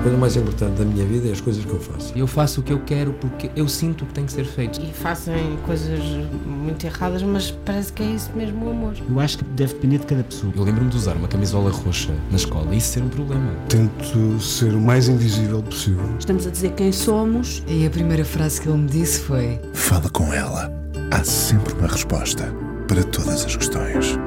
coisa mais importante da minha vida é as coisas que eu faço. Eu faço o que eu quero porque eu sinto que tem que ser feito. E fazem coisas muito erradas, mas parece que é isso mesmo o amor. Eu acho que deve depender de cada pessoa. Eu lembro-me de usar uma camisola roxa na escola e isso ser um problema. Tento ser o mais invisível possível. Estamos a dizer quem somos. E a primeira frase que ele me disse foi: fala com ela. Há sempre uma resposta para todas as questões.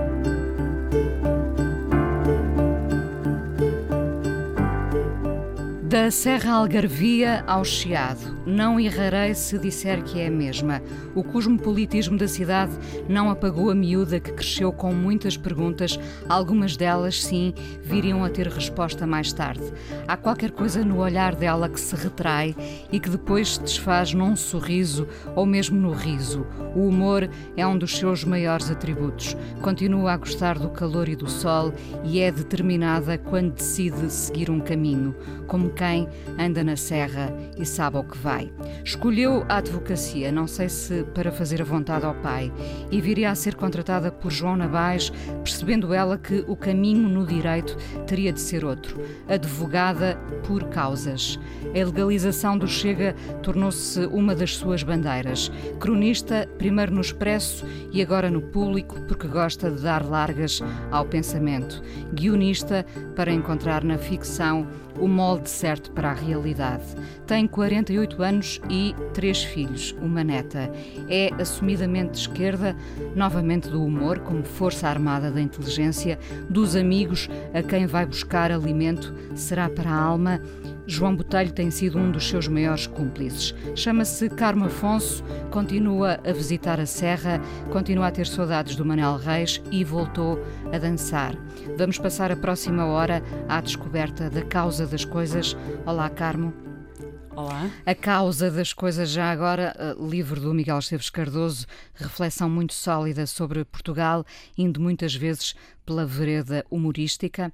Da Serra Algarvia ao Chiado, não errarei se disser que é a mesma. O cosmopolitismo da cidade não apagou a miúda que cresceu com muitas perguntas, algumas delas, sim, viriam a ter resposta mais tarde. Há qualquer coisa no olhar dela que se retrai e que depois se desfaz num sorriso ou mesmo no riso. O humor é um dos seus maiores atributos. Continua a gostar do calor e do sol e é determinada quando decide seguir um caminho, como quem anda na serra e sabe ao que vai. Escolheu a advocacia, não sei se para fazer a vontade ao pai, e viria a ser contratada por João Nabais, percebendo ela que o caminho no direito teria de ser outro. Advogada por causas. A legalização do Chega tornou-se uma das suas bandeiras. Cronista, primeiro no Expresso e agora no Público, porque gosta de dar largas ao pensamento. Guionista, para encontrar na ficção o molde certo para a realidade. Tem 48 anos e 3 filhos, uma neta. É assumidamente de esquerda, novamente do humor, como força armada da inteligência, dos amigos a quem vai buscar alimento, será para a alma. João Botelho tem sido um dos seus maiores cúmplices. Chama-se Carmo Afonso, continua a visitar a serra, continua a ter saudades do Manel Reis e voltou a dançar. Vamos passar a próxima hora à descoberta da causa das coisas. Olá, Carmo. Olá. A causa das coisas, já agora, livro do Miguel Esteves Cardoso, reflexão muito sólida sobre Portugal, indo muitas vezes pela vereda humorística.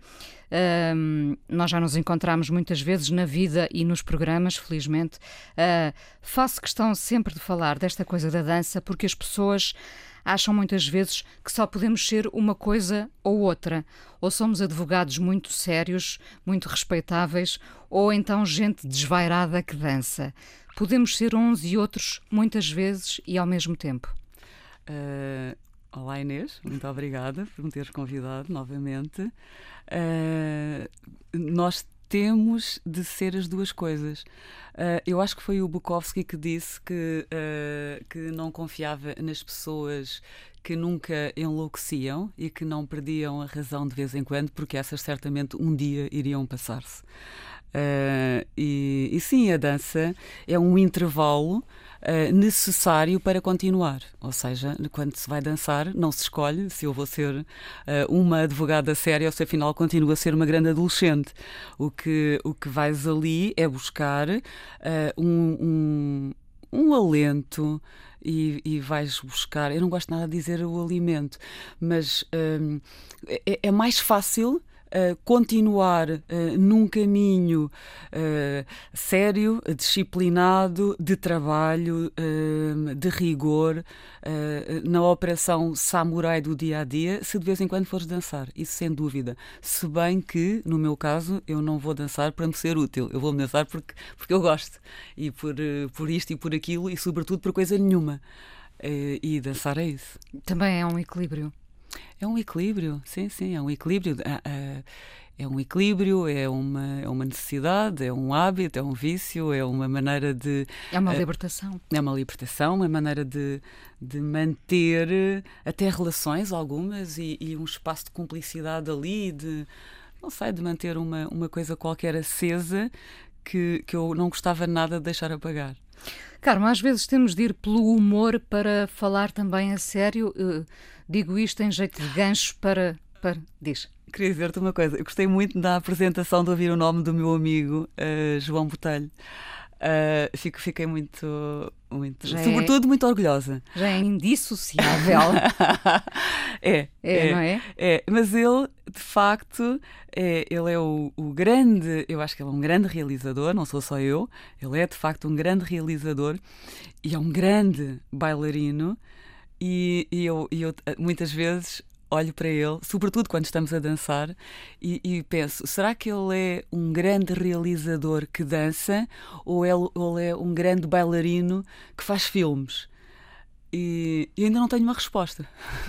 Nós já nos encontramos muitas vezes na vida e nos programas, felizmente. Faço questão sempre de falar desta coisa da dança, porque as pessoas acham muitas vezes que só podemos ser uma coisa ou outra. Ou somos advogados muito sérios, muito respeitáveis, ou então gente desvairada que dança. Podemos ser uns e outros muitas vezes e ao mesmo tempo. Olá, Inês, muito obrigada por me teres convidado novamente. Nós temos de ser as duas coisas. Eu acho que foi o Bukowski que disse que não confiava nas pessoas que nunca enlouqueciam e que não perdiam a razão de vez em quando, porque essas certamente um dia iriam passar-se. E sim, a dança é um intervalo necessário para continuar. Ou seja, quando se vai dançar, não se escolhe se eu vou ser uma advogada séria ou se afinal continuo a ser uma grande adolescente. O que vais ali é buscar um alento e vais buscar, eu não gosto nada de dizer o alimento, mas é mais fácil continuar num caminho sério, disciplinado, de trabalho, de rigor, na operação samurai do dia-a-dia, se de vez em quando fores dançar, isso sem dúvida. Se bem que, no meu caso, eu não vou dançar para me ser útil, eu vou dançar porque eu gosto, e por isto e por aquilo, e sobretudo por coisa nenhuma. E dançar é isso. Também é um equilíbrio. É um equilíbrio, sim, é um equilíbrio. É um equilíbrio, é uma necessidade, é um hábito, é um vício, é uma maneira de... É uma libertação. É uma libertação, uma maneira de manter até relações algumas e um espaço de cumplicidade ali, de manter uma coisa qualquer acesa que eu não gostava nada de deixar apagar. Carmo, às vezes temos de ir pelo humor para falar também a sério. Digo isto em jeito de gancho para... Diz. Queria dizer-te uma coisa. Eu gostei muito da apresentação de ouvir o nome do meu amigo, João Botelho. Fiquei muito sobretudo muito orgulhosa. Já é indissociável. Não é? Mas ele, de facto, ele é o grande, eu acho que ele é um grande realizador, não sou só eu, ele é de facto um grande realizador e é um grande bailarino e eu muitas vezes olho para ele, sobretudo quando estamos a dançar, e penso, será que ele é um grande realizador que dança ou ele é um grande bailarino que faz filmes? E ainda não tenho uma resposta.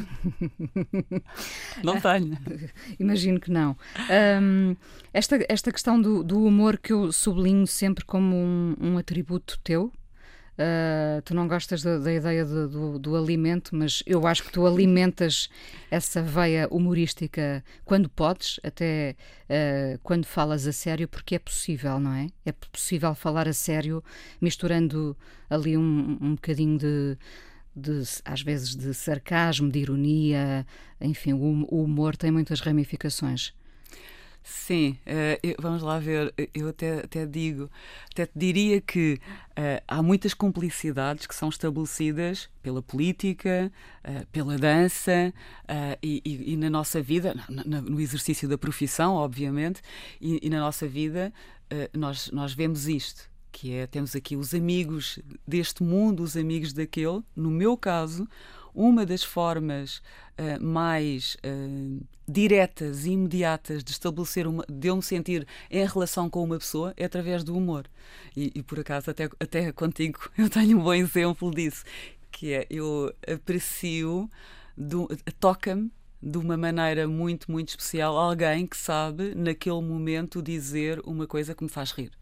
Não tenho. Imagino que não. Esta questão do humor que eu sublinho sempre como um atributo teu. Tu não gostas da ideia do alimento, mas eu acho que tu alimentas essa veia humorística quando podes, até quando falas a sério, porque é possível, não é? É possível falar a sério, misturando ali um bocadinho às vezes de sarcasmo, de ironia, enfim, o humor tem muitas ramificações. Sim, vamos lá ver, eu até te diria que há muitas cumplicidades que são estabelecidas pela política, pela dança e na nossa vida, no exercício da profissão, obviamente, e na nossa vida nós vemos isto, que é, temos aqui os amigos deste mundo, os amigos daquele. No meu caso, uma das formas mais diretas e imediatas de estabelecer de eu me sentir em relação com uma pessoa é através do humor. E por acaso, até contigo, eu tenho um bom exemplo disso, que é, eu aprecio, toca-me de uma maneira muito, muito especial alguém que sabe, naquele momento, dizer uma coisa que me faz rir.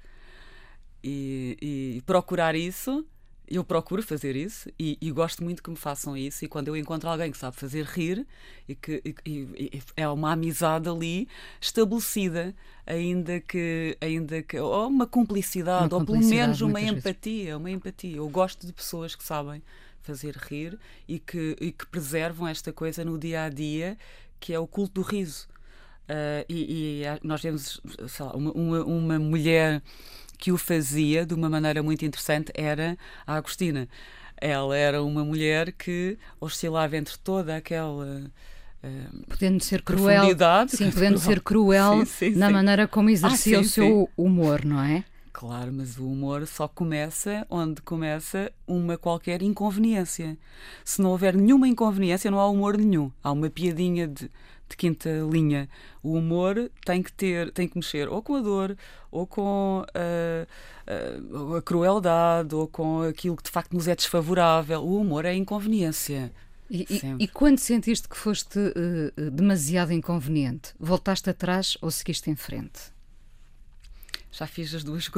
E procurar isso, eu procuro fazer isso e gosto muito que me façam isso, e quando eu encontro alguém que sabe fazer rir e é uma amizade ali estabelecida, ainda que ou uma cumplicidade, ou pelo menos uma empatia. Eu gosto de pessoas que sabem fazer rir e que preservam esta coisa no dia a dia, que é o culto do riso. Nós vemos, sei lá, uma mulher que o fazia de uma maneira muito interessante, era a Agostina. Ela era uma mulher que oscilava entre toda aquela podendo ser cruel, ser cruel na maneira como exercia o seu humor, não é? Claro, mas o humor só começa onde começa uma qualquer inconveniência. Se não houver nenhuma inconveniência, não há humor nenhum. Há uma piadinha de quinta linha. O humor tem que mexer ou com a dor, ou com a crueldade, ou com aquilo que de facto nos é desfavorável. O humor é inconveniência. E quando sentiste que foste demasiado inconveniente, voltaste atrás ou seguiste em frente? Já fiz as duas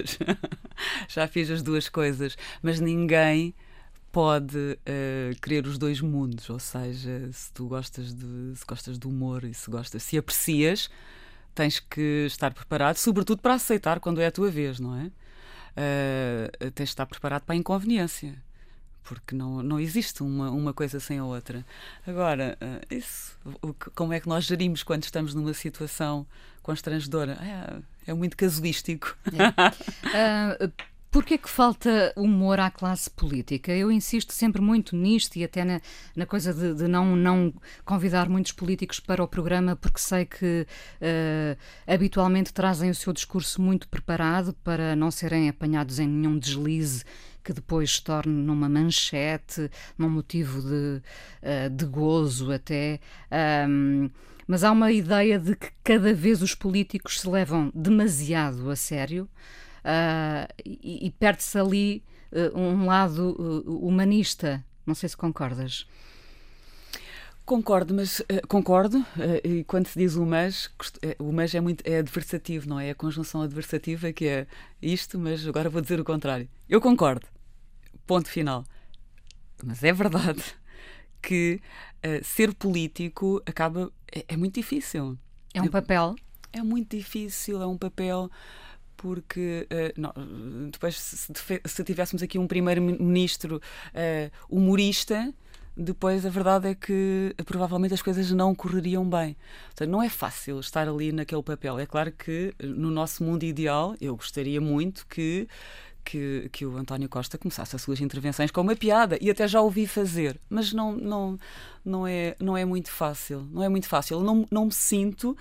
coisas. Mas ninguém pode querer os dois mundos. Ou seja, se gostas do humor e se aprecias, tens que estar preparado, sobretudo para aceitar quando é a tua vez, não é? Tens de estar preparado para a inconveniência, porque não existe uma coisa sem a outra. Agora, como é que nós gerimos quando estamos numa situação constrangedora? É muito casuístico. Porquê é que falta humor à classe política? Eu insisto sempre muito nisto, e até na coisa de não convidar muitos políticos para o programa, porque sei que habitualmente trazem o seu discurso muito preparado para não serem apanhados em nenhum deslize que depois se torne numa manchete, num motivo de gozo até. Mas há uma ideia de que cada vez os políticos se levam demasiado a sério. E perde-se ali um lado humanista. Não sei se concordas. Concordo, mas e quando se diz o mas é adversativo, não é? A conjunção adversativa que é isto, mas agora vou dizer o contrário. Eu concordo. Ponto final. Mas é verdade que ser político é muito difícil. É um papel? É muito difícil, é um papel... Porque depois, se tivéssemos aqui um primeiro-ministro humorista, depois a verdade é que provavelmente as coisas não correriam bem. Portanto, não é fácil estar ali naquele papel. É claro que no nosso mundo ideal eu gostaria muito que o António Costa começasse as suas intervenções com uma piada, e até já ouvi fazer, mas não é muito fácil. Não é muito fácil. Eu não me sinto...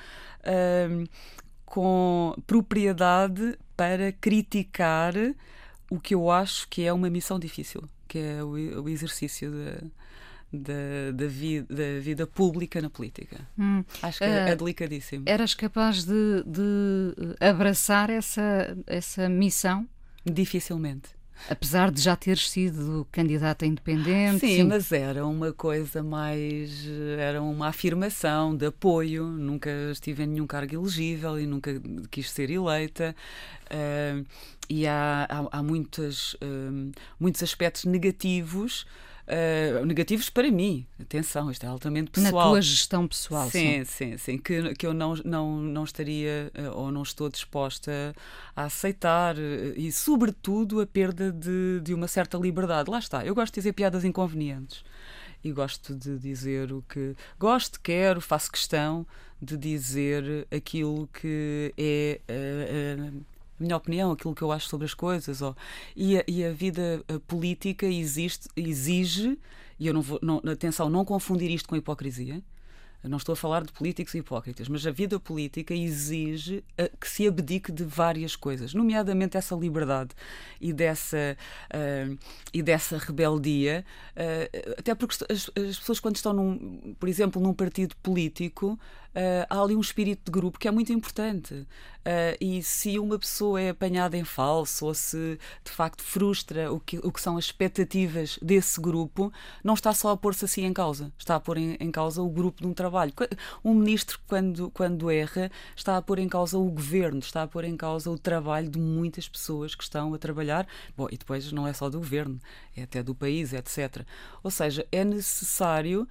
com propriedade para criticar o que eu acho que é uma missão difícil, que é o exercício da vida pública na política. Acho que é delicadíssimo. Eras capaz de abraçar essa missão? Dificilmente. Apesar de já teres sido candidata independente? Sim, mas era uma coisa mais... Era uma afirmação de apoio. Nunca estive em nenhum cargo elegível e nunca quis ser eleita. E há muitos aspectos negativos. Negativos para mim, atenção, isto é altamente pessoal. Na tua gestão pessoal, sim. Que eu não estaria ou não estou disposta a aceitar, e sobretudo a perda de uma certa liberdade. Lá está, eu gosto de dizer piadas inconvenientes e gosto de dizer o que gosto, quero, faço questão de dizer aquilo que é a minha opinião, aquilo que eu acho sobre as coisas. E a vida política exige, e eu atenção, não confundir isto com hipocrisia. Eu não estou a falar de políticos hipócritas, mas a vida política exige que se abdique de várias coisas, nomeadamente essa liberdade e dessa rebeldia, até porque as pessoas, quando estão, por exemplo, num partido político, há ali um espírito de grupo que é muito importante. E se uma pessoa é apanhada em falso ou se de facto frustra o que são as expectativas desse grupo, não está só a pôr-se assim em causa, está a pôr em causa o grupo de um trabalho. Um ministro, quando erra, está a pôr em causa o governo, está a pôr em causa o trabalho de muitas pessoas que estão a trabalhar. Bom, e depois não é só do governo, é até do país, etc. Ou seja, é necessário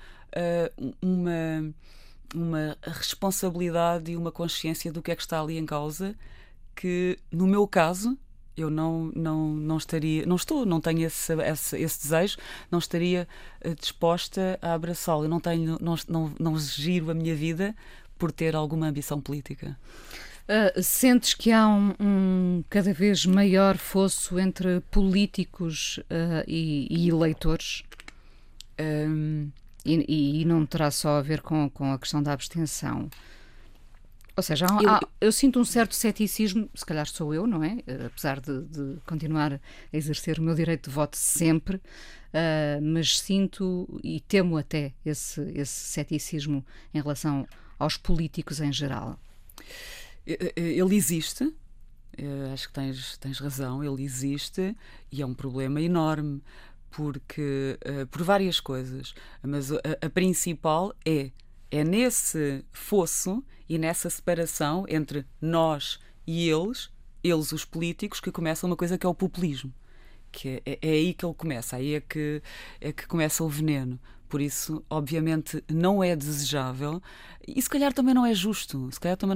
uma responsabilidade e uma consciência do que é que está ali em causa, que no meu caso eu não tenho esse desejo, não estaria disposta a abraçá-lo. Eu não giro a minha vida por ter alguma ambição política. Sentes que há um cada vez maior fosso entre políticos e eleitores? E não terá só a ver com a questão da abstenção. Ou seja, eu sinto um certo ceticismo, se calhar sou eu, não é? Apesar de continuar a exercer o meu direito de voto sempre, mas sinto e temo até esse ceticismo em relação aos políticos em geral. Ele existe, acho que tens razão, ele existe e é um problema enorme. Porque, por várias coisas, mas a principal é nesse fosso e nessa separação entre nós e eles os políticos, que começa uma coisa que é o populismo, que é aí que ele começa, aí é que começa o veneno. Por isso, obviamente, não é desejável e se calhar também não é justo.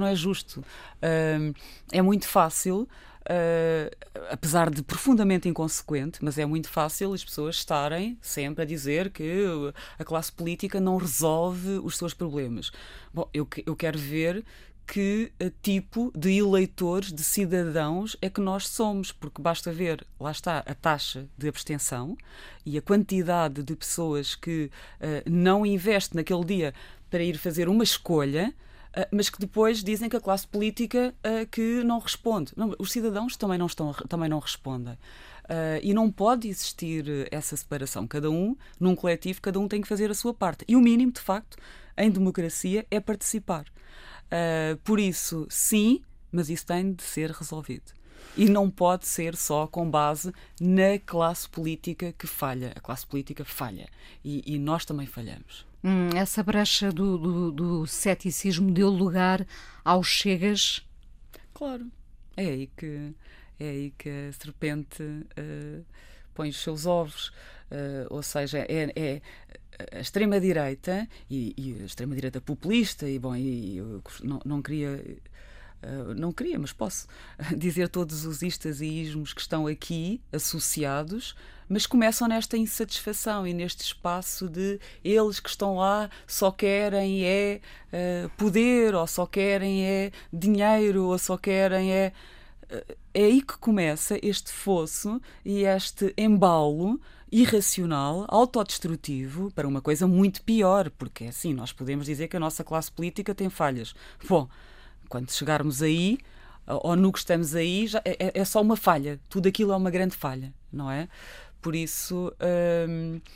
É muito fácil, apesar de profundamente inconsequente, mas é muito fácil as pessoas estarem sempre a dizer que a classe política não resolve os seus problemas. Bom, eu quero ver que tipo de eleitores, de cidadãos é que nós somos, porque basta ver, lá está, a taxa de abstenção e a quantidade de pessoas que não investem naquele dia para ir fazer uma escolha, mas que depois dizem que a classe política que não responde. Não, os cidadãos também não respondem. E não pode existir essa separação. Cada um, num coletivo, cada um tem que fazer a sua parte. E o mínimo, de facto, em democracia é participar. Por isso, sim, mas isso tem de ser resolvido. E não pode ser só com base na classe política que falha. A classe política falha. E nós também falhamos. Essa brecha do ceticismo deu lugar aos chegas? Claro. É aí que a serpente põe os seus ovos. Ou seja, a extrema-direita e a extrema-direita populista, e bom, eu não queria, mas posso dizer todos os istas e ismos que estão aqui associados, mas começam nesta insatisfação e neste espaço de eles que estão lá só querem poder, ou só querem dinheiro, ou só querem é aí que começa este fosso e este embalo irracional, autodestrutivo, para uma coisa muito pior, porque assim, nós podemos dizer que a nossa classe política tem falhas. Bom, quando chegarmos aí, ou no que estamos aí, já é só uma falha. Tudo aquilo é uma grande falha, não é? Por isso,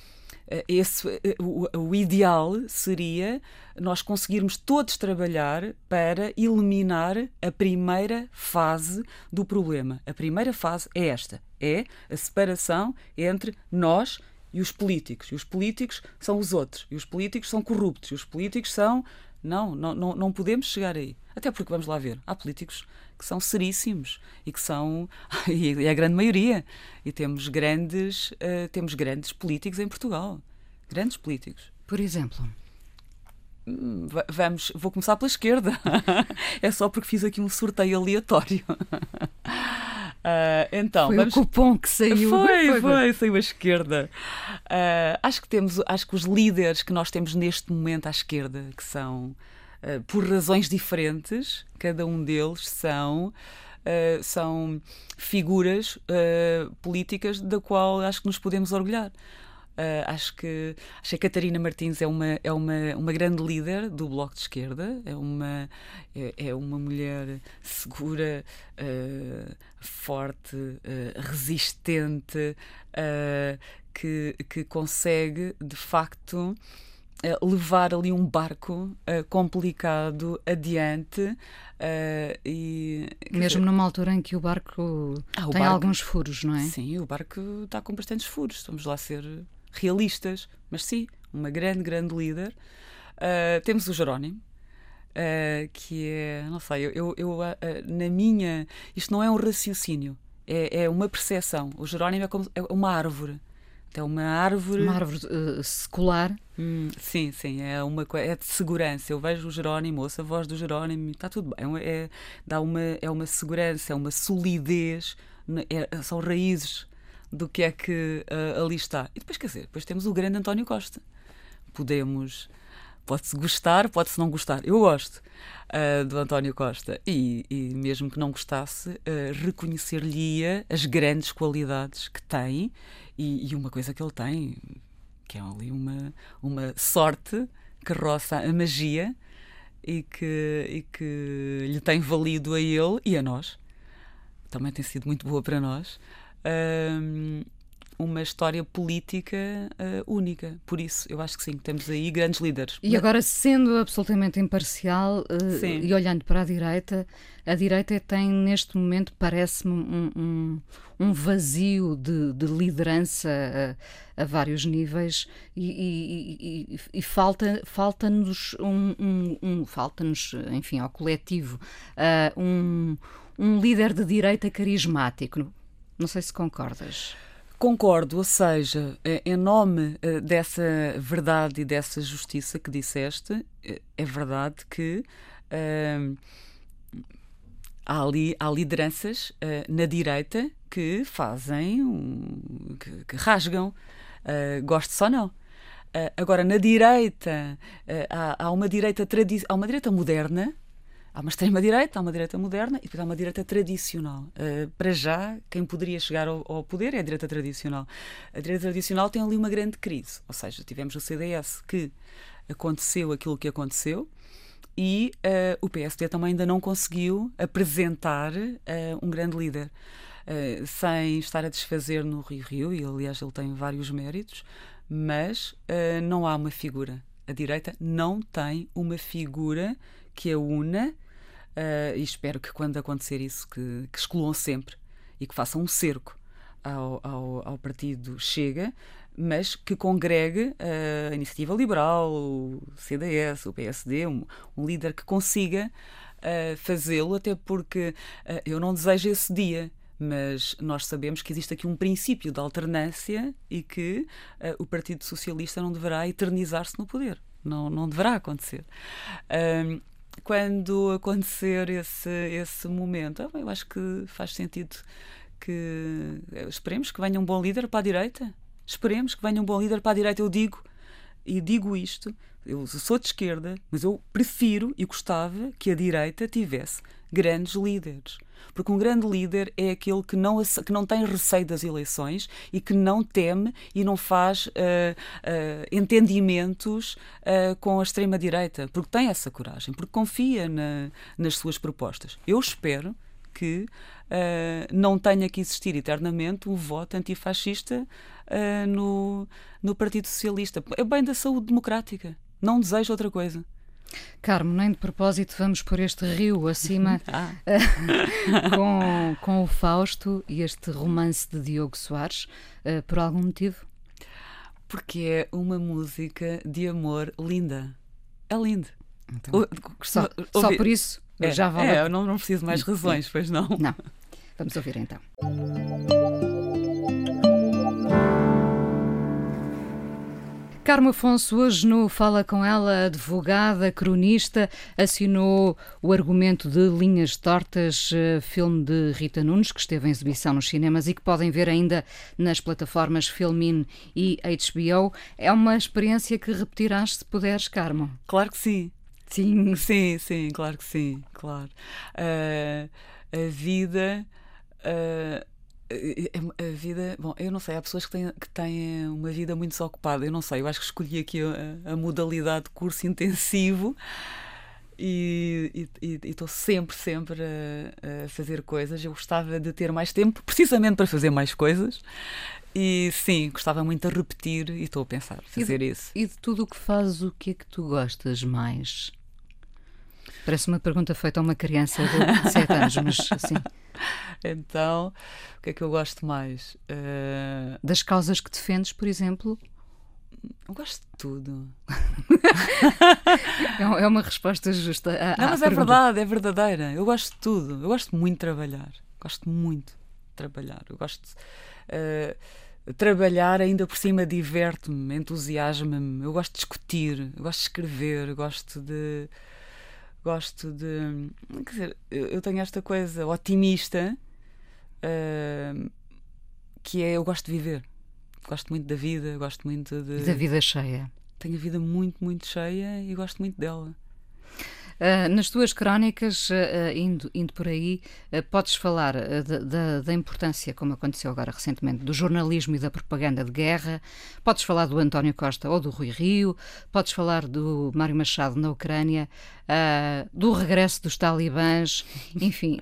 o ideal seria nós conseguirmos todos trabalhar para eliminar a primeira fase do problema. A primeira fase é esta, é a separação entre nós e os políticos. E os políticos são os outros. E os políticos são corruptos. E os políticos são... Não podemos chegar aí. Até porque, vamos lá ver, há políticos que são seríssimos e que são... E é a grande maioria. E temos grandes políticos em Portugal. Grandes políticos. Por exemplo? Vou começar pela esquerda. É só porque fiz aqui um sorteio aleatório. Então, foi o cupom que saiu. Saiu à esquerda. Acho que os líderes que nós temos neste momento à esquerda, que são, por razões diferentes, cada um deles são figuras políticas da qual acho que nos podemos orgulhar. Acho que a Catarina Martins é uma grande líder do Bloco de Esquerda, é uma mulher segura, forte, resistente, que consegue de facto levar ali um barco complicado adiante, e mesmo numa altura em que o barco tem alguns furos, não é? Sim, o barco está com bastantes furos, vamos lá ser realistas, mas sim, uma grande líder. Temos o Jerónimo, que é, não sei, na minha, isto não é um raciocínio, é uma percepção. O Jerónimo é uma árvore. É uma árvore secular. Sim, é de segurança. Eu vejo o Jerónimo, ouço a voz do Jerónimo, está tudo bem. É uma segurança, é uma solidez, são raízes do que é que ali está. E depois, depois temos o grande António Costa. Pode-se gostar, pode-se não gostar. Eu gosto do António Costa. E mesmo que não gostasse, reconhecer-lhe-ia as grandes qualidades que tem e uma coisa que ele tem, que é ali uma sorte que roça a magia e que lhe tem valido a ele e a nós. Também tem sido muito boa para nós. Uma história política única. Por isso, eu acho que sim, temos aí grandes líderes. E agora, sendo absolutamente imparcial e olhando para a direita tem neste momento, parece-me, um vazio de liderança a vários níveis e falta-nos, enfim, ao coletivo, um líder de direita carismático. Não sei se concordas. Concordo, ou seja, em nome dessa verdade e dessa justiça que disseste, é verdade que há lideranças na direita que fazem, que rasgam, goste-se ou não. Agora, na direita, há uma direita moderna. Há uma extrema-direita, há uma direita moderna e depois há uma direita tradicional. Para já, quem poderia chegar ao poder é a direita tradicional. A direita tradicional tem ali uma grande crise. Ou seja, tivemos o CDS, que aconteceu aquilo que aconteceu, e o PSD também ainda não conseguiu apresentar um grande líder. Sem estar a desfazer no Rio, e aliás ele tem vários méritos, mas não há uma figura. A direita não tem uma figura que a una. E espero que quando acontecer isso que excluam sempre e que façam um cerco ao partido Chega, mas que congregue a Iniciativa Liberal, o CDS, o PSD, um líder que consiga fazê-lo, até porque eu não desejo esse dia, mas nós sabemos que existe aqui um princípio de alternância e que o Partido Socialista não deverá eternizar-se no poder. Não deverá acontecer. Quando acontecer esse momento, eu acho que faz sentido que esperemos que venha um bom líder para a direita. Esperemos que venha um bom líder para a direita. Eu digo isto, eu sou de esquerda, mas eu prefiro e gostava que a direita tivesse grandes líderes. Porque um grande líder é aquele que não tem receio das eleições e que não teme e não faz entendimentos com a extrema-direita, porque tem essa coragem, porque confia nas suas propostas. Eu espero que não tenha que existir eternamente um voto antifascista no Partido Socialista. É bem da saúde democrática. Não desejo outra coisa. Carmo, nem de propósito vamos por este rio acima com o Fausto e este romance de Diogo Soares, por algum motivo? Porque é uma música de amor linda. É lindo. Então, só por isso já vale. Eu não preciso mais razões, pois não? Não. Vamos ouvir então. Carmo Afonso, hoje no Fala Com Ela, advogada, cronista, assinou o argumento de Linhas Tortas, filme de Rita Nunes, que esteve em exibição nos cinemas e que podem ver ainda nas plataformas Filmin e HBO. É uma experiência que repetirás se puderes, Carmo? Claro que sim. Sim. Sim, claro que sim, claro. A vida... A vida, bom, eu não sei, há pessoas que têm uma vida muito desocupada, eu não sei, eu acho que escolhi aqui a modalidade de curso intensivo e estou sempre a fazer coisas. Eu gostava de ter mais tempo, precisamente para fazer mais coisas, e sim, gostava muito de repetir e estou a pensar fazer isso. E de tudo o que fazes, o que é que tu gostas mais? Parece uma pergunta feita a uma criança de 7 anos, mas assim... Então, o que é que eu gosto mais? Das causas que defendes, por exemplo? Eu gosto de tudo. É uma resposta justa à Não, mas pergunta. É verdade, é verdadeira. Eu gosto de tudo. Eu gosto muito de trabalhar. Gosto muito de trabalhar. Eu gosto de trabalhar, ainda por cima diverte-me, entusiasma-me. Eu gosto de discutir, eu gosto de escrever, eu gosto de... Quer dizer, eu tenho esta coisa otimista, que é, eu gosto de viver. Gosto muito da vida, gosto muito de... Da vida cheia. Tenho a vida muito, muito cheia e gosto muito dela. Nas tuas crónicas, indo por aí, podes falar da importância, como aconteceu agora recentemente, do jornalismo e da propaganda de guerra, podes falar do António Costa ou do Rui Rio, podes falar do Mário Machado na Ucrânia, do regresso dos talibãs, enfim.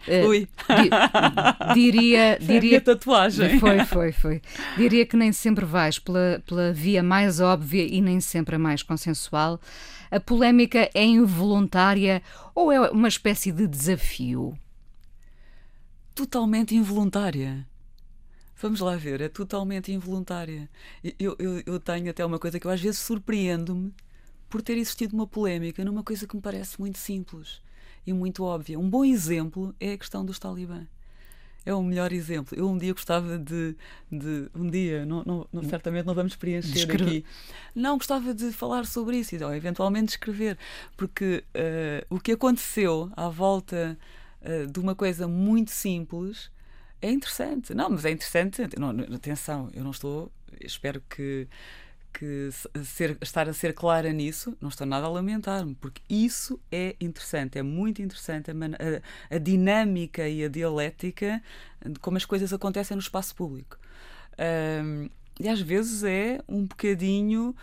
Diria a minha tatuagem. Foi. Diria que nem sempre vais pela via mais óbvia e nem sempre a mais consensual. A polémica é involuntária ou é uma espécie de desafio? Totalmente involuntária. Vamos lá ver, é totalmente involuntária. Eu tenho até uma coisa que eu às vezes surpreendo-me por ter existido uma polémica numa coisa que me parece muito simples e muito óbvia. Um bom exemplo é a questão dos talibã. É o melhor exemplo. Eu um dia gostava de um dia, certamente não vamos preencher aqui. Não, gostava de falar sobre isso e eventualmente escrever, porque o que aconteceu à volta de uma coisa muito simples é interessante. Não, mas é interessante. Não, atenção, eu não estou, espero que estar a ser clara nisso, não estou nada a lamentar-me, porque isso é interessante, é muito interessante a dinâmica e a dialética de como as coisas acontecem no espaço público. E às vezes é um bocadinho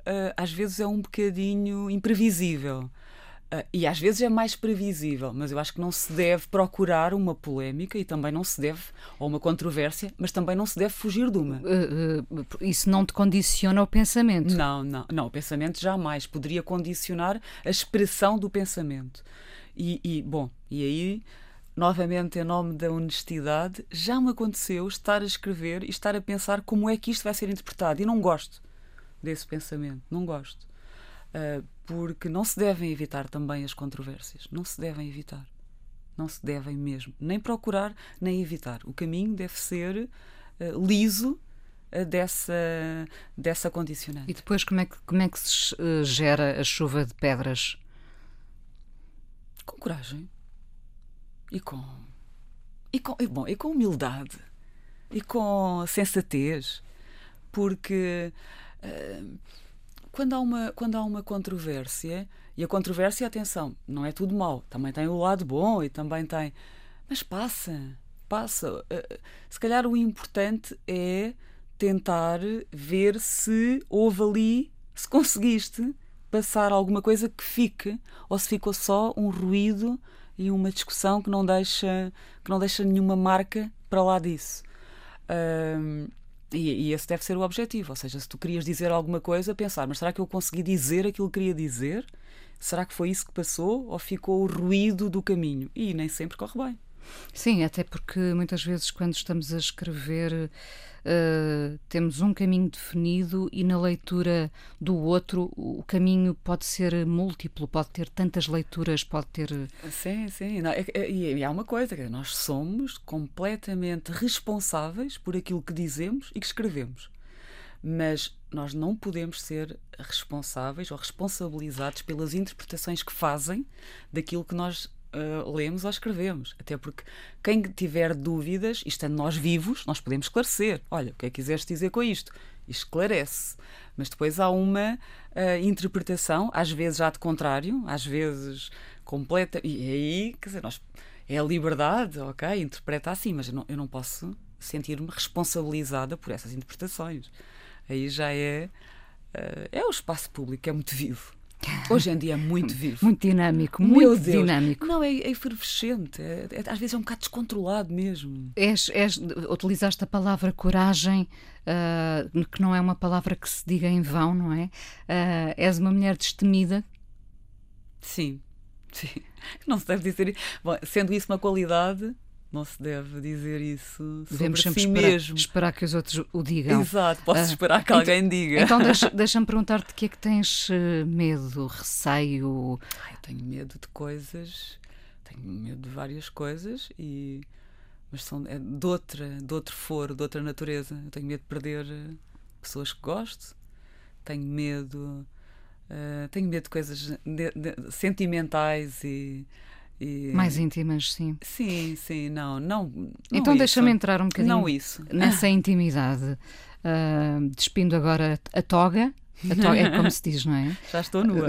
imprevisível. E às vezes é mais previsível, mas eu acho que não se deve procurar uma polémica e também não se deve, ou uma controvérsia, mas também não se deve fugir de uma. Isso não te condiciona o pensamento? Não, o pensamento jamais. Poderia condicionar a expressão do pensamento. E aí, novamente, em nome da honestidade, já me aconteceu estar a escrever e estar a pensar como é que isto vai ser interpretado. E não gosto desse pensamento, não gosto. Porque não se devem evitar também as controvérsias. Não se devem evitar. Não se devem mesmo. Nem procurar, nem evitar. O caminho deve ser liso dessa condicionante. E depois como é que se gera a chuva de pedras? Com coragem. E com humildade. E com sensatez. Porque... Quando há uma controvérsia, e a controvérsia, atenção, não é tudo mau, também tem o lado bom e também tem... Mas passa. Se calhar o importante é tentar ver se houve ali, se conseguiste passar alguma coisa que fique, ou se ficou só um ruído e uma discussão que não deixa nenhuma marca para lá disso. E esse deve ser o objetivo, ou seja, se tu querias dizer alguma coisa, pensar, mas será que eu consegui dizer aquilo que queria dizer? Será que foi isso que passou ou ficou o ruído do caminho? E nem sempre corre bem. Sim, até porque muitas vezes quando estamos a escrever temos um caminho definido e na leitura do outro o caminho pode ser múltiplo, pode ter tantas leituras, pode ter... Sim. Não, e há uma coisa, que nós somos completamente responsáveis por aquilo que dizemos e que escrevemos. Mas nós não podemos ser responsáveis ou responsabilizados pelas interpretações que fazem daquilo que nós lemos ou escrevemos. Até porque quem tiver dúvidas, e estando nós vivos, nós podemos esclarecer. Olha, o que é que quiseste dizer com isto? Esclarece. Mas depois há uma interpretação, às vezes já de contrário, às vezes completa. E aí, quer dizer, é a liberdade, ok? Interpreta assim, mas eu não posso sentir-me responsabilizada por essas interpretações. Aí já é o espaço público, é muito vivo. Hoje em dia é muito vivo. Muito dinâmico, muito dinâmico. Não, é efervescente. Às vezes é um bocado descontrolado mesmo. Utilizaste a palavra coragem, que não é uma palavra que se diga em vão, não é? És uma mulher destemida? Sim. Não se deve dizer isso. Bom, sendo isso uma qualidade, não se deve dizer isso sobre si mesmo. Esperar que os outros o digam. Exato, posso esperar que alguém diga. Então deixa-me perguntar-te de que é que tens medo, receio? Eu tenho medo de coisas, tenho medo de várias coisas, mas são de outro foro, de outra natureza. Eu tenho medo de perder pessoas que gosto, tenho medo de coisas sentimentais e mais íntimas, sim. Sim, não. Então deixa-me entrar um bocadinho nessa intimidade. Despindo agora a toga. A toga é como se diz, não é? Já estou nua.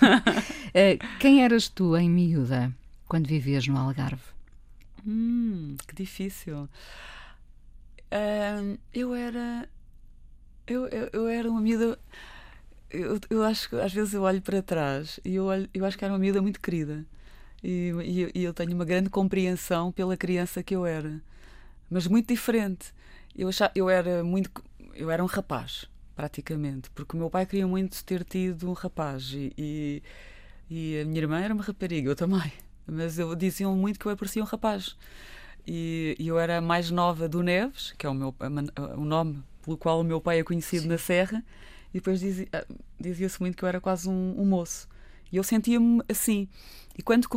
Quem eras tu em miúda, quando vivias no Algarve? Que difícil. Eu era uma miúda... Eu acho que às vezes eu olho para trás e eu acho que era uma miúda muito querida. E eu tenho uma grande compreensão pela criança que eu era, mas muito diferente. Eu era um rapaz, praticamente, porque o meu pai queria muito ter tido um rapaz e a minha irmã era uma rapariga, eu também, mas diziam muito que eu parecia um rapaz. E eu era a mais nova do Neves, que é o nome pelo qual o meu pai é conhecido na Serra, e depois dizia-se muito que eu era quase um moço. E eu sentia-me assim. E quando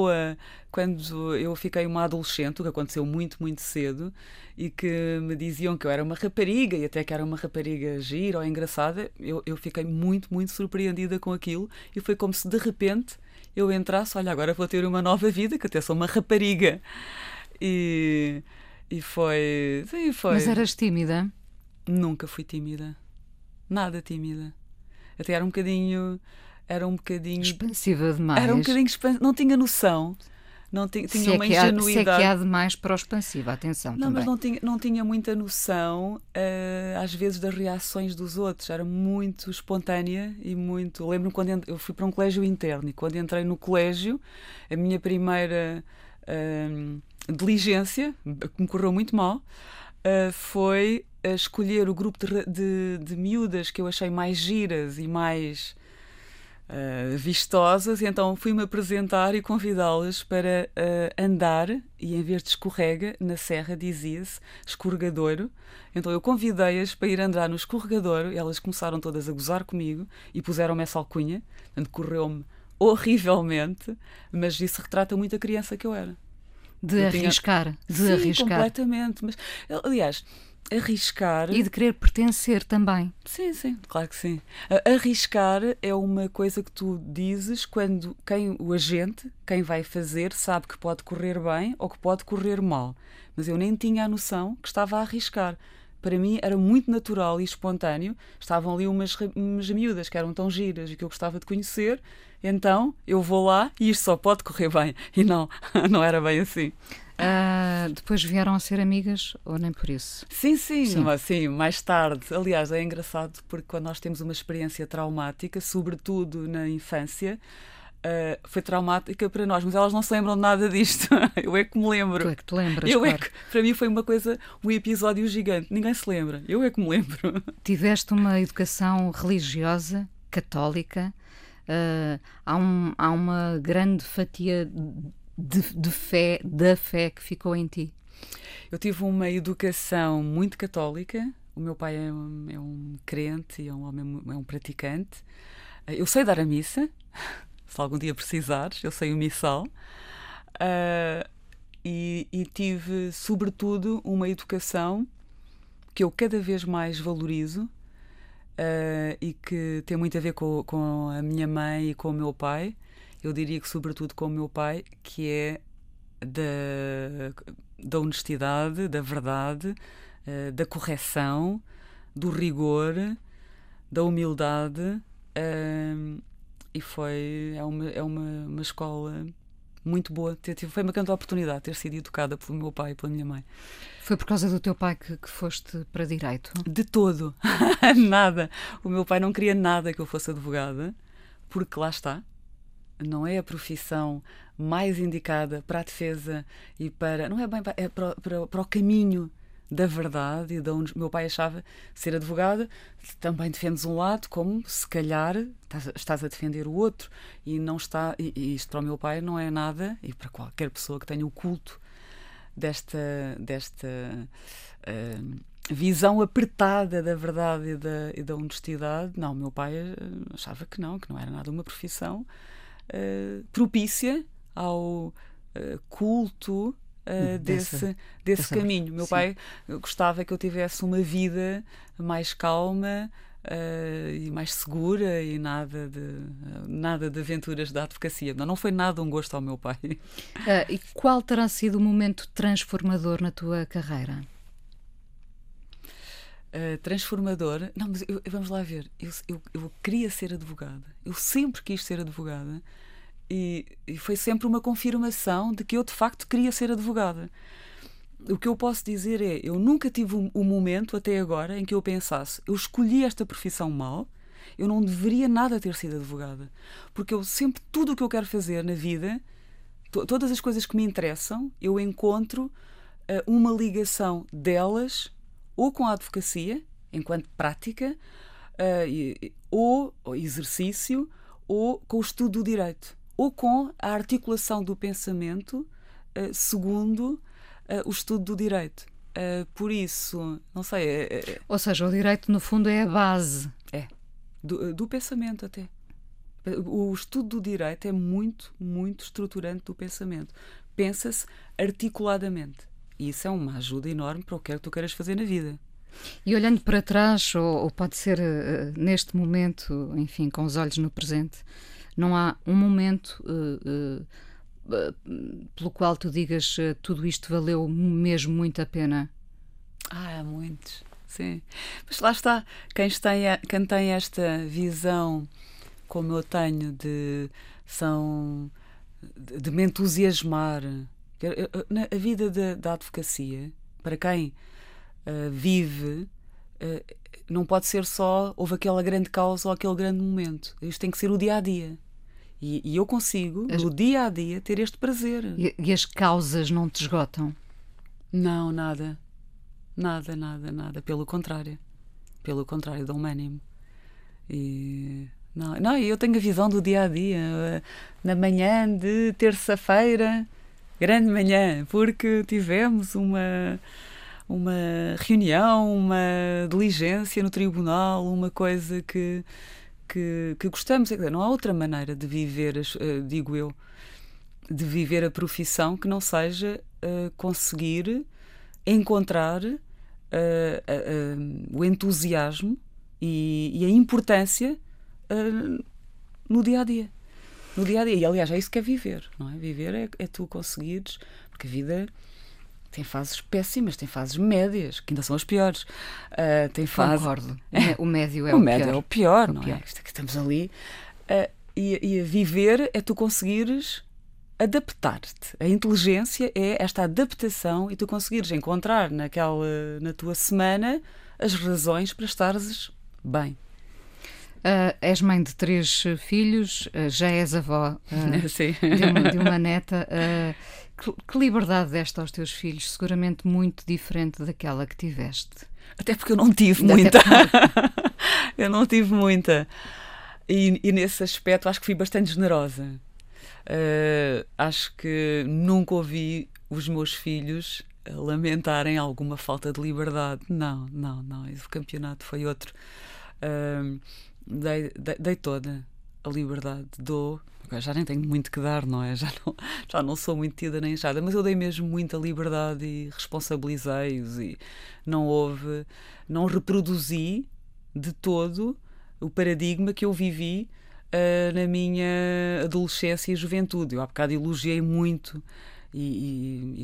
eu fiquei uma adolescente, o que aconteceu muito, muito cedo, e que me diziam que eu era uma rapariga, e até que era uma rapariga gira ou engraçada, eu fiquei muito, muito surpreendida com aquilo, e foi como se de repente eu entrasse, olha, agora vou ter uma nova vida, que até sou uma rapariga. E foi... Sim, foi. Mas eras tímida? Nunca fui tímida. Nada tímida. Até era um bocadinho expansiva demais. Era um bocadinho expansiva. Não tinha noção. Tinha uma ingenuidade. Se é que há demais para o expansiva, atenção. Não, também. Mas não tinha muita noção, às vezes, das reações dos outros. Era muito espontânea e muito... Lembro-me quando eu fui para um colégio interno e quando entrei no colégio, a minha primeira diligência, que me correu muito mal, foi escolher o grupo de miúdas que eu achei mais giras e mais vistosas, e então fui-me apresentar e convidá-las para andar, e em vez de escorrega, na serra dizia-se escorregadouro. Então eu convidei-as para ir andar no escorregadouro, e elas começaram todas a gozar comigo e puseram-me essa alcunha. Portanto, correu-me horrivelmente, mas isso retrata muito a criança que eu era. De arriscar. Sim, completamente. Mas, aliás, arriscar... E de querer pertencer também. Sim, claro que sim. Arriscar é uma coisa que tu dizes quando o agente, quem vai fazer, sabe que pode correr bem ou que pode correr mal. Mas eu nem tinha a noção que estava a arriscar. Para mim era muito natural e espontâneo. Estavam ali umas miúdas que eram tão giras e que eu gostava de conhecer. Então eu vou lá e isto só pode correr bem. E não era bem assim. Depois vieram a ser amigas ou nem por isso? Sim, mais tarde. Aliás, é engraçado porque quando nós temos uma experiência traumática, sobretudo na infância, foi traumática para nós, mas elas não se lembram de nada disto. Eu é que me lembro. Tu é que te lembras, claro. claro. Para mim foi um episódio gigante. Ninguém se lembra. Eu é que me lembro. Tiveste uma educação religiosa, católica. Há uma grande fatia da fé que ficou em ti. Eu tive uma educação muito católica. O meu pai é um crente e é um praticante. Eu sei dar a missa. Se algum dia precisares, eu sei o missal. E tive, sobretudo, uma educação que eu cada vez mais valorizo e que tem muito a ver com a minha mãe e com o meu pai. Eu diria que, sobretudo, com o meu pai, que é da honestidade, da verdade, da correção, do rigor, da humildade. E é uma escola muito boa. Foi uma grande oportunidade ter sido educada pelo meu pai e pela minha mãe. Foi por causa do teu pai que foste para Direito? De todo. Nada. O meu pai não queria nada que eu fosse advogada, porque lá está. Não é a profissão mais indicada para a defesa e para... Não é bem para o caminho da verdade e de onde meu pai achava ser advogada. Também defendes um lado, como se calhar estás a defender o outro, e não está, e isto para o meu pai não é nada, e para qualquer pessoa que tenha o culto desta visão apertada da verdade e da honestidade. Não, meu pai achava que não era nada uma profissão propícia ao culto desse caminho. Meu pai gostava que eu tivesse uma vida mais calma e mais segura e nada de aventuras da advocacia. Não foi nada um gosto ao meu pai. E qual terá sido o momento transformador na tua carreira? Transformador? Não, mas vamos lá ver. Eu queria ser advogada. Eu sempre quis ser advogada. E foi sempre uma confirmação de que eu de facto queria ser advogada. O que eu posso dizer é, eu nunca tive um momento até agora em que eu pensasse, eu escolhi esta profissão mal, eu não deveria nada ter sido advogada, porque eu sempre, tudo o que eu quero fazer na vida, todas as coisas que me interessam, eu encontro uma ligação delas ou com a advocacia enquanto prática, ou exercício, ou com o estudo do direito, ou com a articulação do pensamento segundo o estudo do direito. Por isso, não sei... Ou seja, o direito, no fundo, é a base. Do pensamento até. O estudo do direito é muito, muito estruturante do pensamento. Pensa-se articuladamente. E isso é uma ajuda enorme para o que tu queiras fazer na vida. E olhando para trás, ou pode ser neste momento, enfim, com os olhos no presente, não há um momento pelo qual tu digas tudo isto valeu mesmo muito a pena? Há muitos, sim. Mas lá está, quem tem esta visão como eu tenho de me entusiasmar. A vida da advocacia, para quem vive, não pode ser só houve aquela grande causa ou aquele grande momento. Isto tem que ser o dia-a-dia. E eu consigo, no dia-a-dia, ter este prazer. E as causas não te esgotam? Não, nada. Nada. Pelo contrário. Pelo contrário, dão-me ânimo. Não, eu tenho a visão do dia-a-dia. Na manhã de terça-feira, grande manhã, porque tivemos uma reunião, uma diligência no tribunal, uma coisa que gostamos. Não há outra maneira de viver, digo eu, de viver a profissão que não seja conseguir encontrar o entusiasmo e a importância no dia-a-dia. No dia-a-dia. E, aliás, é isso que é viver, não é? Viver é tu conseguires, porque a vida tem fases péssimas, tem fases médias, que ainda são as piores. Concordo. O médio é o o médio pior. É o pior, não é? Estamos ali. E a viver é tu conseguires adaptar-te. A inteligência é esta adaptação e tu conseguires encontrar na tua semana as razões para estares bem. És mãe de 3 filhos, já és avó Sim. de uma neta. Que liberdade deste aos teus filhos? Seguramente muito diferente daquela que tiveste. Até porque eu não tive muita. Eu não tive muita. E nesse aspecto acho que fui bastante generosa. Acho que nunca ouvi os meus filhos lamentarem alguma falta de liberdade. Não. O campeonato foi outro. Dei toda a liberdade. Já nem tenho muito que dar, não é? Já não sou muito tida nem achada, mas eu dei mesmo muita liberdade e responsabilizei-os e não reproduzi de todo o paradigma que eu vivi na minha adolescência e juventude. Eu há bocado elogiei muito e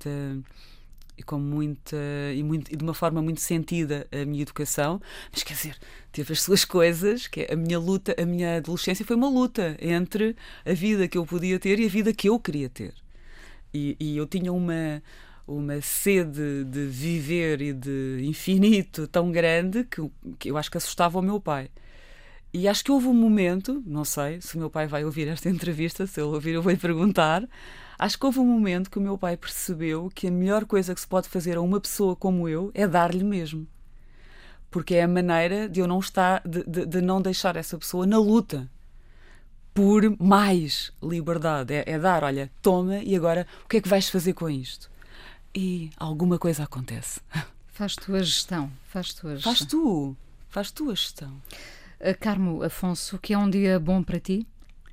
de uma forma muito sentida a minha educação, mas quer dizer, teve as suas coisas, que a minha adolescência foi uma luta entre a vida que eu podia ter e a vida que eu queria ter. E eu tinha uma sede de viver e de infinito tão grande que eu acho que assustava o meu pai. E acho que houve um momento, não sei se o meu pai vai ouvir esta entrevista, se ele ouvir eu vou-lhe perguntar, acho que houve um momento que o meu pai percebeu que a melhor coisa que se pode fazer a uma pessoa como eu é dar-lhe mesmo. Porque é a maneira de eu não estar, de não deixar essa pessoa na luta por mais liberdade. É dar, olha, toma e agora o que é que vais fazer com isto? E alguma coisa acontece. Faz tu a gestão. Faz tu a gestão. Carmo Afonso, o que é um dia bom para ti?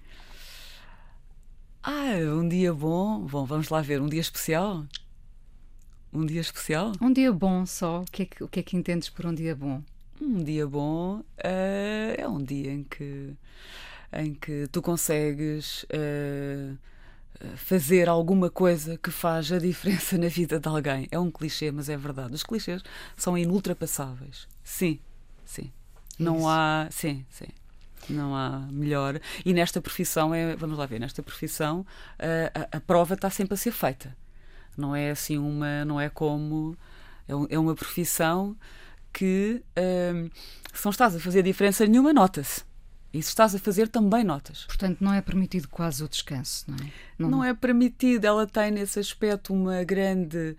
Um dia bom. Bom, vamos lá ver. Um dia especial? Um dia especial? Um dia bom só. O que é que entendes por um dia bom? Um dia bom é um dia em que tu consegues fazer alguma coisa que faz a diferença na vida de alguém. É um clichê, mas é verdade. Os clichês são inultrapassáveis. Sim. Não há... Sim. Não há melhor. E nesta profissão, vamos lá ver, nesta profissão a prova está sempre a ser feita. Não é assim não é como... É uma profissão que se não estás a fazer diferença nenhuma, nota-se. E se estás a fazer, também notas. Portanto, não é permitido quase o descanso, não é? Não é permitido. Ela tem nesse aspecto uma grande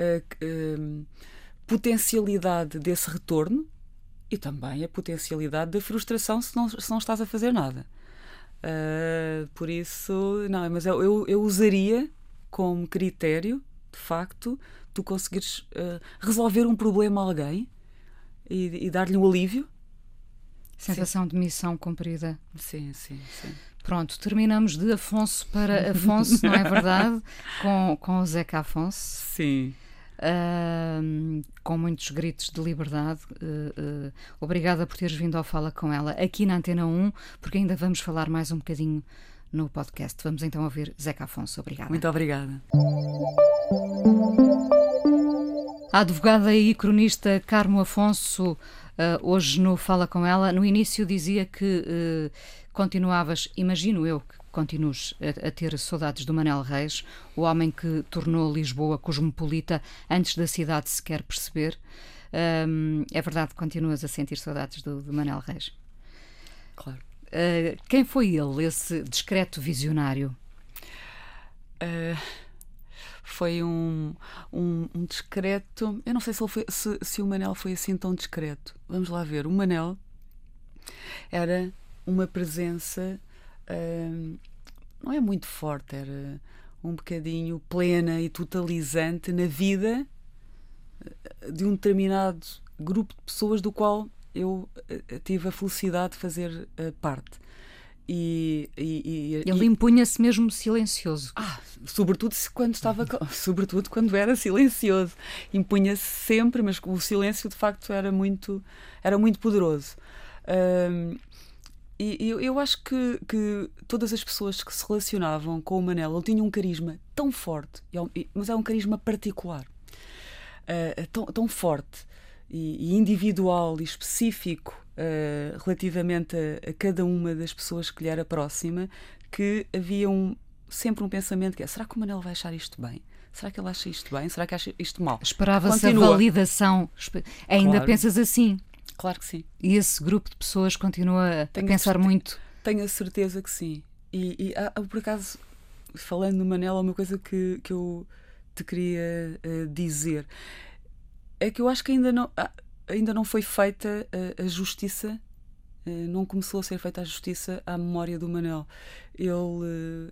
potencialidade desse retorno. E também a potencialidade da frustração se não estás a fazer nada. Por isso, não, mas eu usaria como critério, de facto, tu conseguires resolver um problema a alguém e dar-lhe um alívio. Sensação de missão cumprida. Sim. Pronto, terminamos de Afonso para Afonso, não é verdade? Com o Zeca Afonso. Sim. Com muitos gritos de liberdade. Obrigada por teres vindo ao Fala Com Ela aqui na Antena 1, porque ainda vamos falar mais um bocadinho no podcast. Vamos então ouvir Zeca Afonso. Obrigada. Muito obrigada. A advogada e cronista Carmo Afonso, hoje no Fala Com Ela, no início dizia que continuavas, imagino eu que continues a ter saudades do Manel Reis, o homem que tornou Lisboa cosmopolita antes da cidade sequer perceber. É verdade que continuas a sentir saudades do Manel Reis? Claro. Quem foi ele, esse discreto visionário? Foi um discreto... Eu não sei se o Manel foi assim tão discreto. Vamos lá ver. O Manel era uma presença... não é muito forte, era um bocadinho plena e totalizante na vida de um determinado grupo de pessoas do qual eu tive a felicidade de fazer parte. Ele impunha-se mesmo silencioso. Sobretudo quando era silencioso. Impunha-se sempre, mas o silêncio de facto era muito poderoso. E eu acho que todas as pessoas que se relacionavam com o Manel, ele tinha um carisma tão forte, mas é um carisma particular, tão forte e individual e específico relativamente a cada uma das pessoas que lhe era próxima, que havia sempre um pensamento que será que o Manel vai achar isto bem? Será que ele acha isto bem? Será que acha isto mal? Esperava-se a validação. Ainda claro. Pensas assim? Claro que sim. E esse grupo de pessoas continua a pensar muito? Tenho a certeza que sim. E por acaso, falando no Manel, há uma coisa que eu te queria dizer. É que eu acho que ainda não foi feita a justiça, não começou a ser feita a justiça à memória do Manel. Ele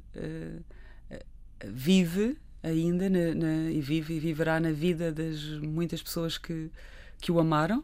vive ainda e viverá na vida das muitas pessoas que o amaram,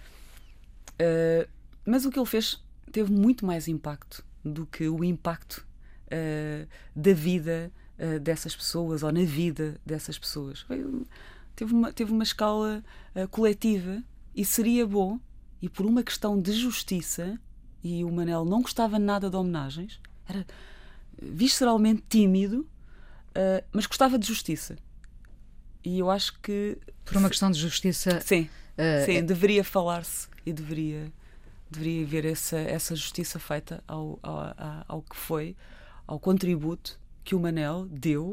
mas o que ele fez teve muito mais impacto do que o impacto da vida dessas pessoas, ou na vida dessas pessoas. Teve uma escala coletiva, e seria bom, e por uma questão de justiça, e o Manel não gostava nada de homenagens, era visceralmente tímido, mas gostava de justiça. E eu acho que... Por uma questão de justiça... Sim, deveria falar-se e deveria haver essa justiça feita ao que foi, ao contributo que o Manel deu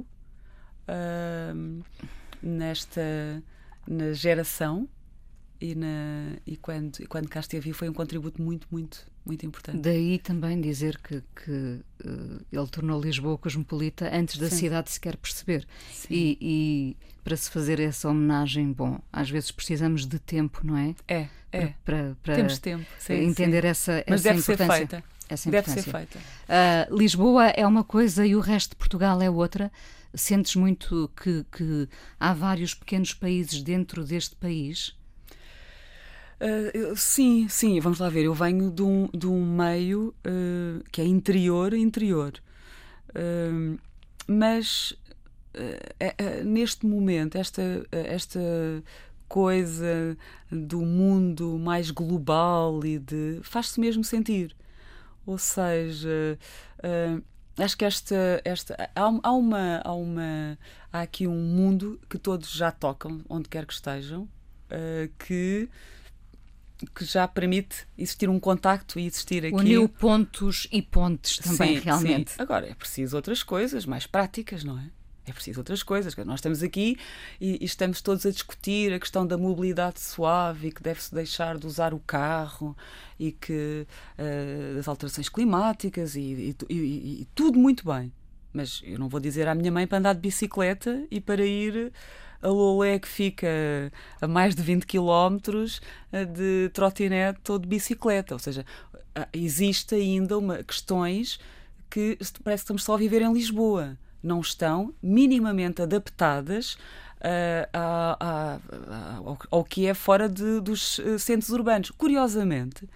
na geração, e quando cá esteve, foi um contributo muito, muito, muito importante. Daí também dizer que ele tornou Lisboa cosmopolita antes da cidade sequer perceber. E para se fazer essa homenagem, bom, às vezes precisamos de tempo, não é? Para temos tempo, entender essa Mas deve importância. Ser feita. Deve ser feita. Lisboa é uma coisa e o resto de Portugal é outra. Sentes muito que há vários pequenos países dentro deste país? Sim, vamos lá ver. Eu venho de um meio que é interior, mas neste momento esta coisa do mundo mais global faz-se mesmo sentir. Ou seja, acho que há aqui um mundo que todos já tocam, onde quer que estejam, que já permite existir um contacto e existir aqui... Uniu pontos e pontes também, realmente. Sim. Agora, é preciso outras coisas mais práticas, não é? É preciso outras coisas. Nós estamos aqui e estamos todos a discutir a questão da mobilidade suave, e que deve-se deixar de usar o carro, e que das alterações climáticas e tudo muito bem. Mas eu não vou dizer à minha mãe para andar de bicicleta e para ir a Lolé, que fica a mais de 20 km, de trotinete ou de bicicleta. Ou seja, existe ainda questões que parece que estamos só a viver em Lisboa. Não estão minimamente adaptadas ao que é fora dos centros urbanos. Curiosamente,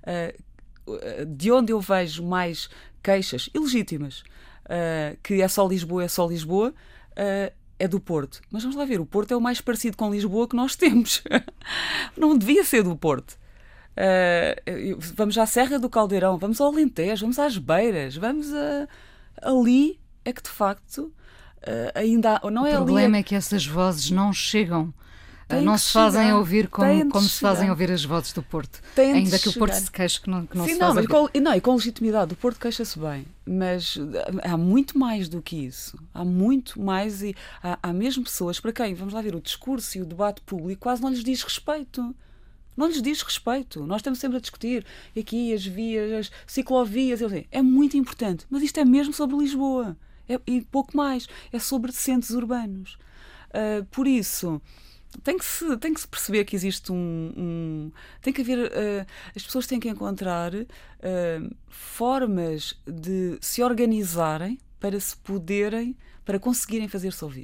de onde eu vejo mais queixas ilegítimas, que é só Lisboa, é do Porto. Mas vamos lá ver, o Porto é o mais parecido com Lisboa que nós temos. Não devia ser do Porto. Vamos à Serra do Caldeirão, vamos ao Alentejo, vamos às Beiras, vamos ali, é que de facto ainda há, não é. O problema é que essas vozes não chegam, não se fazem ouvir como se fazem ouvir as vozes do Porto. Ainda que o Porto se queixe que não se faz ouvir. E com legitimidade, o Porto queixa-se bem, mas há muito mais do que isso. Há muito mais, e há mesmo pessoas para quem, vamos lá ver, o discurso e o debate público quase não lhes diz respeito. Não lhes diz respeito. Nós estamos sempre a discutir aqui as vias, as ciclovias. É muito importante, mas isto é mesmo sobre Lisboa. E pouco mais. É sobre centros urbanos. Por isso, tem que se perceber que existe tem que haver... as pessoas têm que encontrar formas de se organizarem para conseguirem fazer-se ouvir.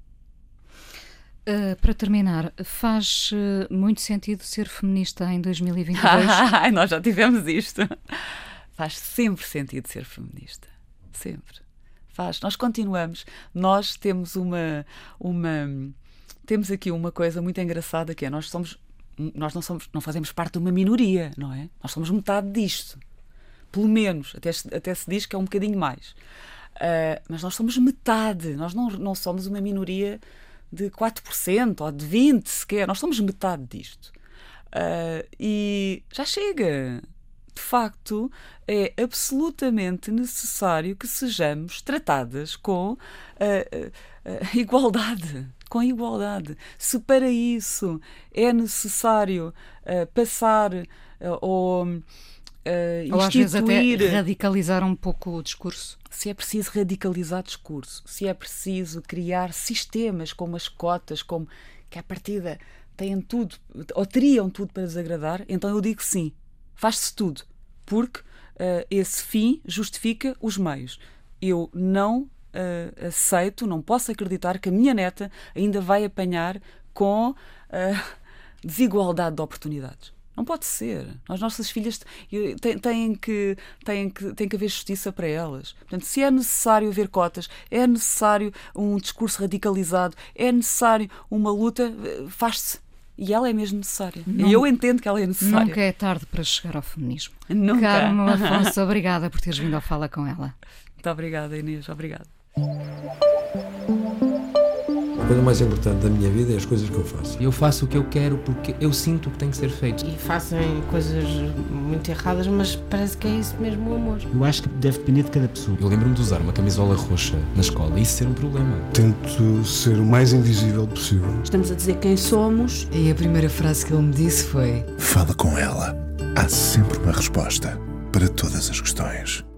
Para terminar, faz muito sentido ser feminista em 2022? Nós já tivemos isto. Faz sempre sentido ser feminista. Sempre. Faz. Nós continuamos. Nós temos temos aqui uma coisa muito engraçada, que é nós não fazemos parte de uma minoria, não é? Nós somos metade disto. Pelo menos. Até se diz que é um bocadinho mais. Mas nós somos metade. Nós não somos uma minoria de 4% ou de 20% sequer. Nós somos metade disto. E já chega. De facto, é absolutamente necessário que sejamos tratadas com igualdade. com igualdade. Se para isso é necessário passar ou às vezes até instituir... radicalizar um pouco o discurso. Se é preciso radicalizar discurso, se é preciso criar sistemas como as cotas, como que à partida têm tudo, ou teriam tudo para desagradar, então eu digo sim, faz-se tudo, porque esse fim justifica os meios. Eu não aceito, não posso acreditar que a minha neta ainda vai apanhar com desigualdade de oportunidades. Não pode ser. As nossas filhas têm que haver justiça para elas. Portanto, se é necessário haver cotas, é necessário um discurso radicalizado, é necessário uma luta, faz-se. E ela é mesmo necessária. E eu entendo que ela é necessária. Nunca é tarde para chegar ao feminismo. Nunca. Carmo Afonso, obrigada por teres vindo ao Fala com ela. Muito obrigada, Inês. Obrigada. A coisa mais importante da minha vida é as coisas que eu faço. Eu faço o que eu quero porque eu sinto que tem que ser feito. E fazem coisas muito erradas, mas parece que é isso mesmo o amor. Eu acho que deve depender de cada pessoa. Eu lembro-me de usar uma camisola roxa na escola e isso ser um problema. Tento ser o mais invisível possível. Estamos a dizer quem somos. E a primeira frase que ele me disse foi: Fala com ela. Há sempre uma resposta para todas as questões.